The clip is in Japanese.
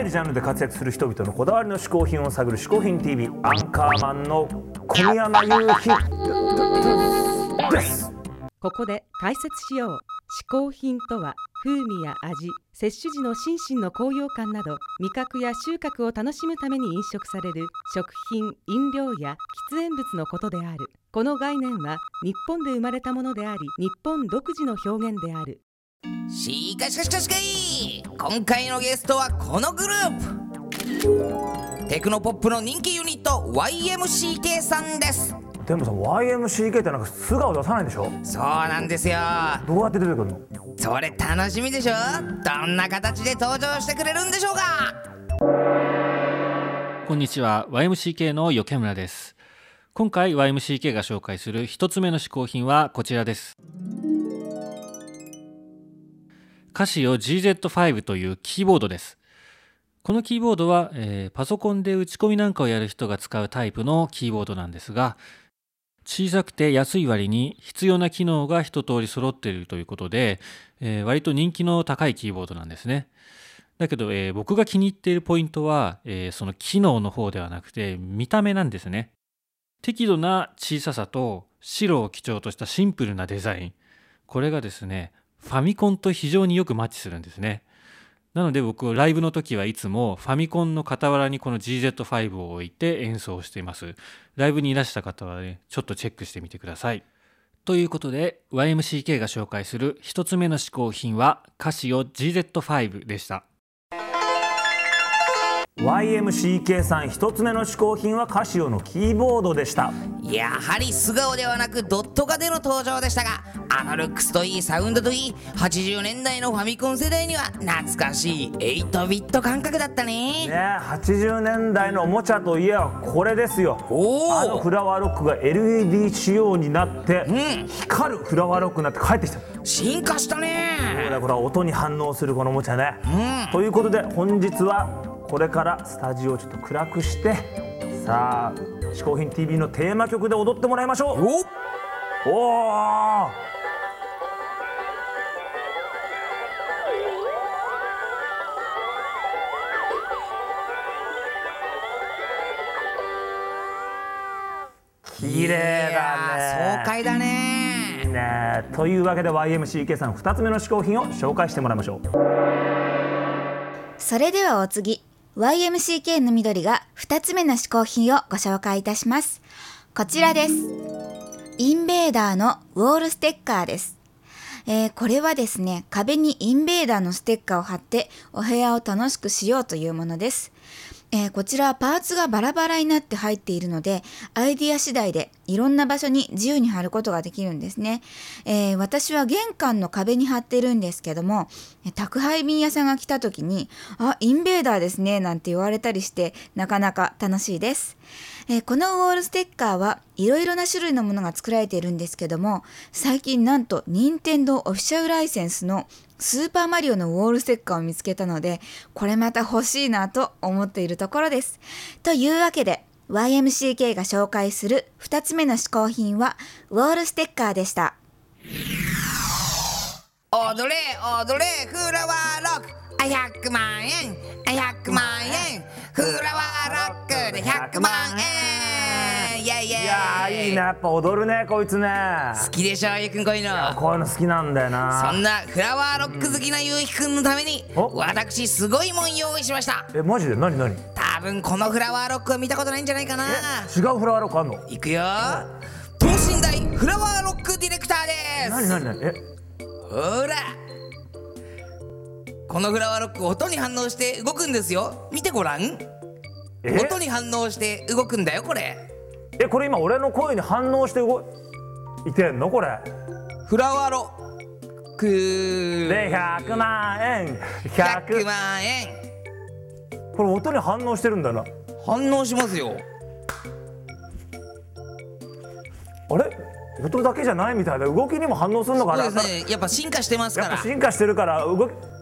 ジャンルで活躍する人々のこだわりの嗜好品を探る嗜好品 TV アンカーマンの小宮山雄飛です。 ここで解説しよう。嗜好品とは風味や味、摂取時の心身の高揚感など味覚や収穫を楽しむために飲食される食品、飲料や喫煙物のことである。この概念は日本で生まれたものであり、日本独自の表現である。 しかし今回のゲストはこのグループ、テクノポップの人気ユニット YMCK さんです。 でもさ YMCK ってなんか素顔出さないでしょ。 そうなんですよ。 どうやって出てくるの？ それ楽しみでしょ。どんな形で登場してくれるんでしょうか。 こんにちは、 YMCK の余村です。今回 YMCK が紹介する一つ目の嗜好品はこちらです。カシオ GZ5 というキーボードです。このキーボードは、パソコンで打ち込みなんかをやる人が使うタイプのキーボードなんですが、小さくて安い割に必要な機能が一通り揃っているということで、割と人気の高いキーボードなんですね。だけど、僕が気に入っているポイントは、その機能の方ではなくて見た目なんですね。適度な小ささと白を基調としたシンプルなデザイン、これがですねファミコンと非常によくマッチするんですね。なので僕ライブの時はいつもファミコンの傍らにこの GZ5 を置いて演奏しています。ライブにいらした方はね、ちょっとチェックしてみてください。ということで YMCK が紹介する一つ目の嗜好品はカシオ GZ5 でした。 YMCK さん一つ目の嗜好品はカシオのキーボードでした。 やはり素顔ではなくドット画での登場でしたが、あのルックスといいサウンドといい、80年代のファミコン世代には懐かしい8ビット感覚だったね。 80年代のおもちゃといえばこれですよ。あのフラワーロックが LED 仕様になって、光るフラワーロックになって帰ってきた。 進化したね。 これは音に反応するこのおもちゃね、ということで本日はこれからスタジオをちょっと暗くして、さあ嗜好品 TV のテーマ曲で踊ってもらいましょう。おー、綺麗だね。 爽快だね。 いいね。というわけで YMCK さん2つ目の嗜好品を紹介してもらいましょう。 それではお次、YMCK の緑が2つ目の嗜好品をご紹介いたします。こちらです。インベーダーのウォールステッカーです。これはですね、壁にインベーダーのステッカーを貼ってお部屋を楽しくしようというものです。こちらはパーツがバラバラになって入っているので、アイディア次第でいろんな場所に自由に貼ることができるんですね。私は玄関の壁に貼ってるんですけども、宅配便屋さんが来た時に、インベーダーですねなんて言われたりして、なかなか楽しいです。このウォールステッカーはいろいろな種類のものが作られているんですけども、最近なんと任天堂オフィシャルライセンスのスーパーマリオのウォールステッカーを見つけたので、これまた欲しいなと思っているところです。というわけで YMCK が紹介する2つ目の嗜好品はウォールステッカーでした。 踊れ踊れフラワーロック、100万円100万円、フラワーロックで100万円。いやいいな、やっぱ踊るねこいつね。 好きでしょゆうくん、こういうの。 こういうの好きなんだよな。 そんなフラワーロック好きなゆうきくんのために、私すごいもん用意しました。 マジで？何？ 多分このフラワーロックは見たことないんじゃないかな。 違うフラワーロックあんの？ いくよ。等身大フラワーロックディレクターです。 何？ ほら、このフラワーロック音に反応して動くんですよ。見てごらん。音に反応して動くんだよこれ。 これ今俺の声に反応して動いてんのこれ？ フラワーロックで100万円 100万円。 これ音に反応してるんだな。 反応しますよ。 あれ？音だけじゃないみたいで動きにも反応するのかな。 そうですね、やっぱ進化してますから。 やっぱ進化してるから動き